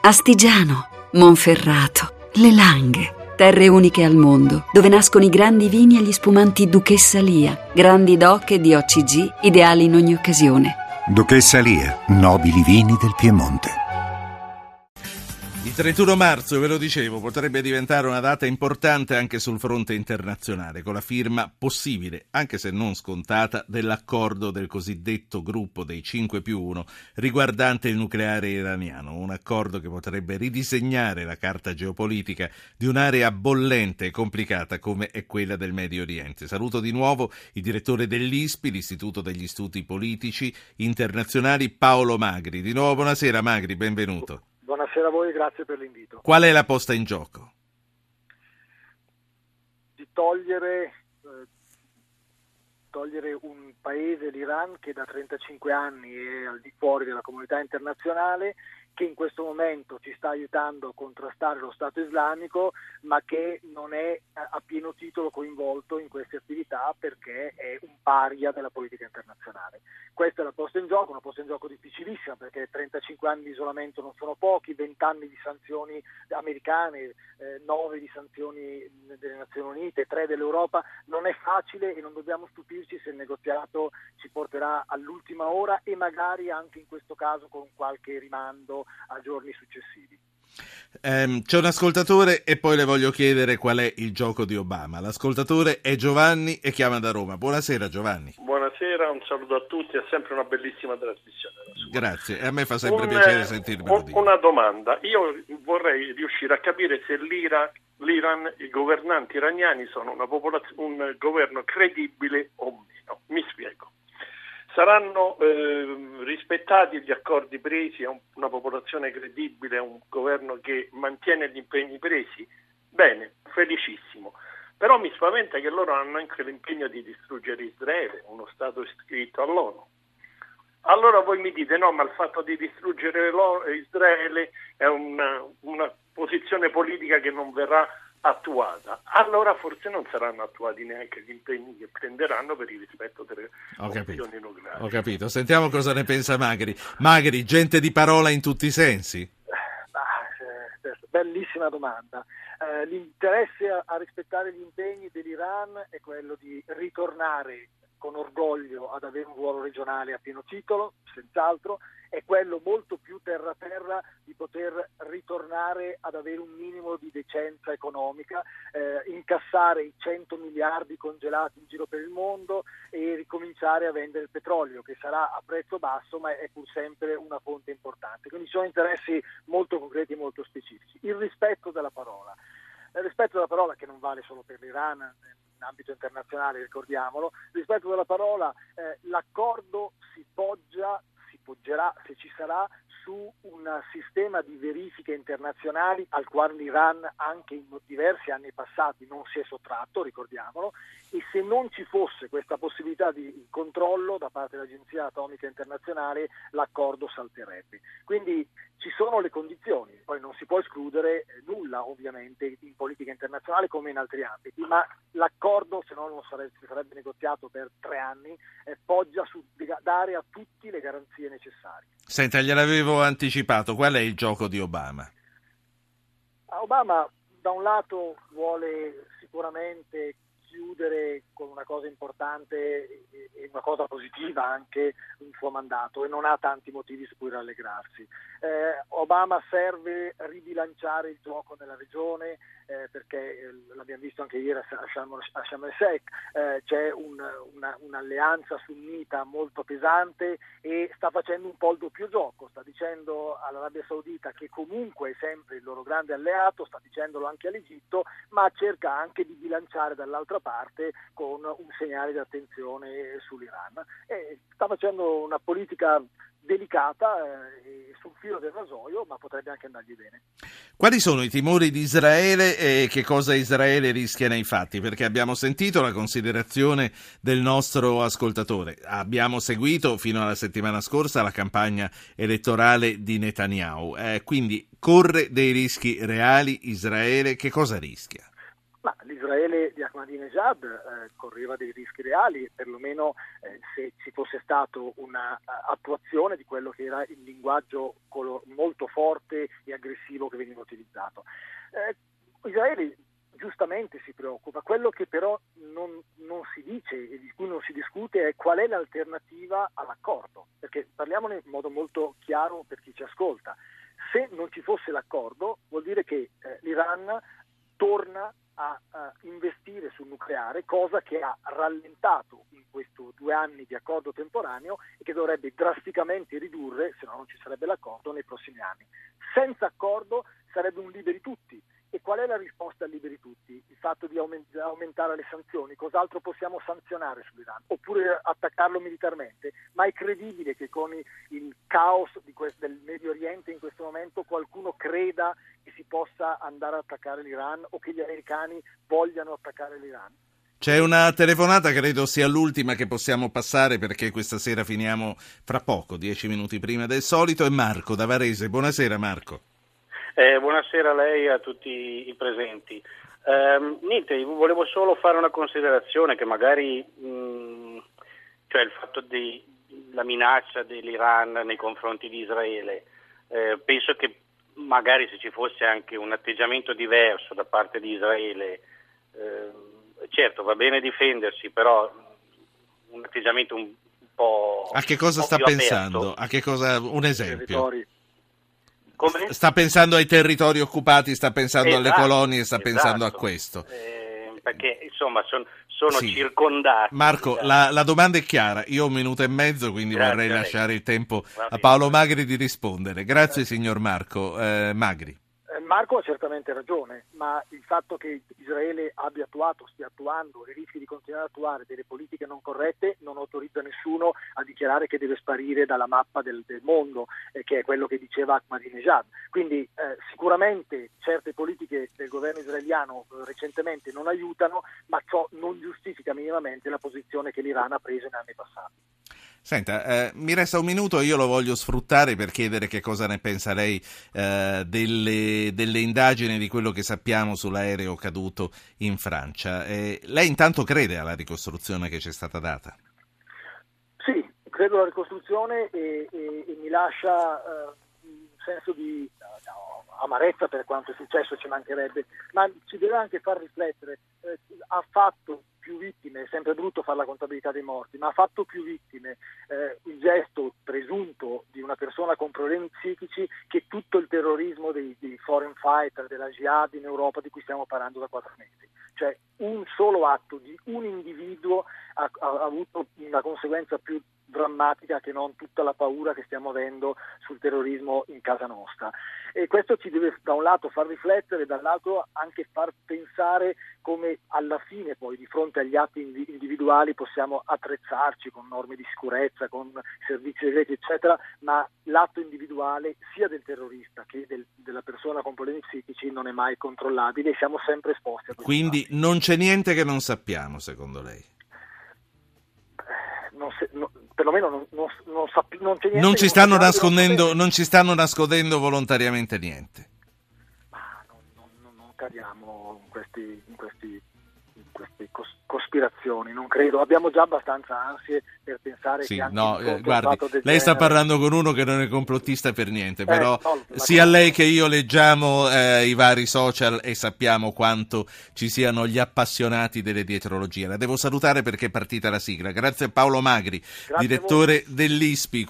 Astigiano, Monferrato, Le Langhe, terre uniche al mondo, dove nascono i grandi vini e gli spumanti Duchessa Lia, grandi DOC e DOCG, ideali in ogni occasione. Duchessa Lia, nobili vini del Piemonte. Il 31 marzo, ve lo dicevo, potrebbe diventare una data importante anche sul fronte internazionale, con la firma possibile, anche se non scontata, dell'accordo del cosiddetto gruppo dei 5+1 riguardante il nucleare iraniano, un accordo che potrebbe ridisegnare la carta geopolitica di un'area bollente e complicata come è quella del Medio Oriente. Saluto di nuovo il direttore dell'ISPI, l'Istituto degli Studi Politici Internazionali, Paolo Magri. Di nuovo buonasera Magri, benvenuto. Buonasera a voi, grazie per l'invito. Qual è la posta in gioco? Di togliere un paese, l'Iran, che da 35 anni è al di fuori della comunità internazionale, che in questo momento ci sta aiutando a contrastare lo Stato islamico, ma che non è a pieno titolo coinvolto in queste attività perché è un paria della politica internazionale. Questa è la posta in gioco, una posta in gioco difficilissima, perché 35 anni di isolamento non sono pochi, 20 anni di sanzioni americane, 9 di sanzioni delle Nazioni Unite, 3 dell'Europa. Non è facile e non dobbiamo stupirci se il negoziato ci porterà all'ultima ora e magari anche in questo caso con qualche rimando a giorni successivi. C'è un ascoltatore e poi le voglio chiedere qual è il gioco di Obama. L'ascoltatore è Giovanni e chiama da Roma. Buonasera Giovanni. Buonasera, un saluto a tutti, è sempre una bellissima trasmissione. Grazie, a me fa sempre piacere sentirvelo dire. Una domanda, io vorrei riuscire a capire se l'Iran, i governanti iraniani sono un governo credibile o meno. Mi spiego. Saranno rispettati gli accordi presi, è una popolazione credibile, è un governo che mantiene gli impegni presi? Bene, felicissimo. Però mi spaventa che loro hanno anche l'impegno di distruggere Israele, uno Stato iscritto all'ONU. Allora voi mi dite no, ma il fatto di distruggere Israele è una posizione politica che non verrà attuata, allora forse non saranno attuati neanche gli impegni che prenderanno per il rispetto delle opzioni nucleari. Ho capito, sentiamo cosa ne pensa Magri. Magri, gente di parola in tutti i sensi? Bellissima domanda. L'interesse a rispettare gli impegni dell'Iran è quello di ritornare con orgoglio ad avere un ruolo regionale a pieno titolo, senz'altro, è quello molto più terra-terra di poter ritornare ad avere un minimo di decenza economica, incassare i 100 miliardi congelati in giro per il mondo e ricominciare a vendere il petrolio, che sarà a prezzo basso ma è pur sempre una fonte importante. Quindi sono interessi molto concreti e molto specifici. Il rispetto della parola. Il rispetto della parola, che non vale solo per l'Iran, in ambito internazionale, ricordiamolo, rispetto della parola, l'accordo si poggerà, se ci sarà, su un sistema di verifiche internazionali al quale l'Iran anche in diversi anni passati non si è sottratto, ricordiamolo, e se non ci fosse questa possibilità di controllo da parte dell'Agenzia Atomica Internazionale l'accordo salterebbe. Quindi ci sono le condizioni, poi non si può escludere nulla ovviamente in politica internazionale come in altri ambiti, ma l'accordo, se no non sarebbe negoziato per 3 anni, poggia su dare a tutti le garanzie necessarie. Senta, gliel'avevo anticipato, qual è il gioco di Obama? Obama da un lato vuole sicuramente chiudere con una cosa importante e una cosa positiva anche un suo mandato e non ha tanti motivi su cui rallegrarsi. Obama serve ribilanciare il gioco nella regione perché l'abbiamo visto anche ieri a Sharm el-Sheikh, c'è un'alleanza sunnita molto pesante e sta facendo un po' il doppio gioco, sta dicendo all'Arabia Saudita che comunque è sempre il loro grande alleato, sta dicendolo anche all'Egitto, ma cerca anche di bilanciare dall'altra parte con un segnale di attenzione sull'Iran. E sta facendo una politica delicata sul filo del rasoio, ma potrebbe anche andargli bene. Quali sono i timori di Israele e che cosa Israele rischia nei fatti? Perché abbiamo sentito la considerazione del nostro ascoltatore, abbiamo seguito fino alla settimana scorsa la campagna elettorale di Netanyahu, quindi corre dei rischi reali Israele, che cosa rischia? Ma l'Israele di Ahmadinejad correva dei rischi reali, perlomeno se ci fosse stato una attuazione di quello che era il linguaggio molto forte e aggressivo che veniva utilizzato. Israele giustamente si preoccupa, quello che però non si dice e di cui non si discute è qual è l'alternativa all'accordo, perché parliamone in modo molto chiaro per chi ci ascolta. Se non ci fosse l'accordo vuol dire che l'Iran torna a investire sul nucleare, cosa che ha rallentato in questi 2 anni di accordo temporaneo e che dovrebbe drasticamente ridurre, se no non ci sarebbe l'accordo, nei prossimi anni. Senza accordo sarebbe un liberi tutti. E qual è la risposta al liberi tutti? Il fatto di aumentare le sanzioni? Cos'altro possiamo sanzionare sull'Iran? Oppure attaccarlo militarmente? Ma è credibile che con il caos del Medio Oriente in questo momento qualcuno creda che si possa andare a attaccare l'Iran o che gli americani vogliano attaccare l'Iran? C'è una telefonata, credo sia l'ultima che possiamo passare perché questa sera finiamo fra poco, 10 minuti prima del solito. È Marco da Varese. Buonasera Marco. Buonasera a lei e a tutti i presenti. Niente, volevo solo fare una considerazione che magari, cioè il fatto della minaccia dell'Iran nei confronti di Israele, penso che magari se ci fosse anche un atteggiamento diverso da parte di Israele, certo va bene difendersi, però un atteggiamento un po'... A che cosa sta pensando? Aperto. A che cosa? Un esempio. Come? Sta pensando ai territori occupati, sta pensando alle colonie, sta pensando a questo. Perché insomma sono sì. Circondati. Marco, la domanda è chiara. Io ho 1 minuto e mezzo, quindi vorrei lasciare il tempo a Paolo Magri di rispondere. Grazie signor Marco. Magri. Marco ha certamente ragione, ma il fatto che Israele stia attuando e rischi di continuare ad attuare delle politiche non corrette non autorizza nessuno a dichiarare che deve sparire dalla mappa del mondo, che è quello che diceva Ahmadinejad. Quindi sicuramente certe politiche del governo israeliano recentemente non aiutano, ma ciò non giustifica minimamente la posizione che l'Iran ha preso in anni passati. Senta, mi resta 1 minuto, io lo voglio sfruttare per chiedere che cosa ne pensa lei delle indagini, di quello che sappiamo sull'aereo caduto in Francia. Lei intanto crede alla ricostruzione che ci è stata data? Sì, credo alla ricostruzione e mi lascia un senso di amarezza per quanto è successo, ci mancherebbe, ma ci deve anche far riflettere. Ha fatto più vittime, è sempre brutto fare la contabilità dei morti, ma ha fatto più vittime il gesto presunto di una persona con problemi psichici che tutto il terrorismo dei foreign fighter, della jihad in Europa di cui stiamo parlando da 4 mesi. Cioè un solo atto di un individuo ha avuto una conseguenza più drammatica che non tutta la paura che stiamo avendo sul terrorismo in casa nostra. E questo ci deve da un lato far riflettere, dall'altro anche far pensare come alla fine poi di fronte agli atti individuali possiamo attrezzarci con norme di sicurezza, con servizi segreti eccetera, ma l'atto individuale sia del terrorista che della persona con problemi psichici non è mai controllabile e siamo sempre esposti a questo. Quindi non c'è niente che non sappiamo secondo lei? Perlomeno non c'è niente. Non ci stanno nascondendo volontariamente niente. Ma non cadiamo in queste cospirazioni, non credo. Abbiamo già abbastanza ansie per pensare che anche guardi, lei sta parlando con uno che non è complottista per niente, però sia lei che io leggiamo i vari social e sappiamo quanto ci siano gli appassionati delle dietrologie. La devo salutare perché è partita la sigla. Grazie a Paolo Magri, direttore dell'ISPI.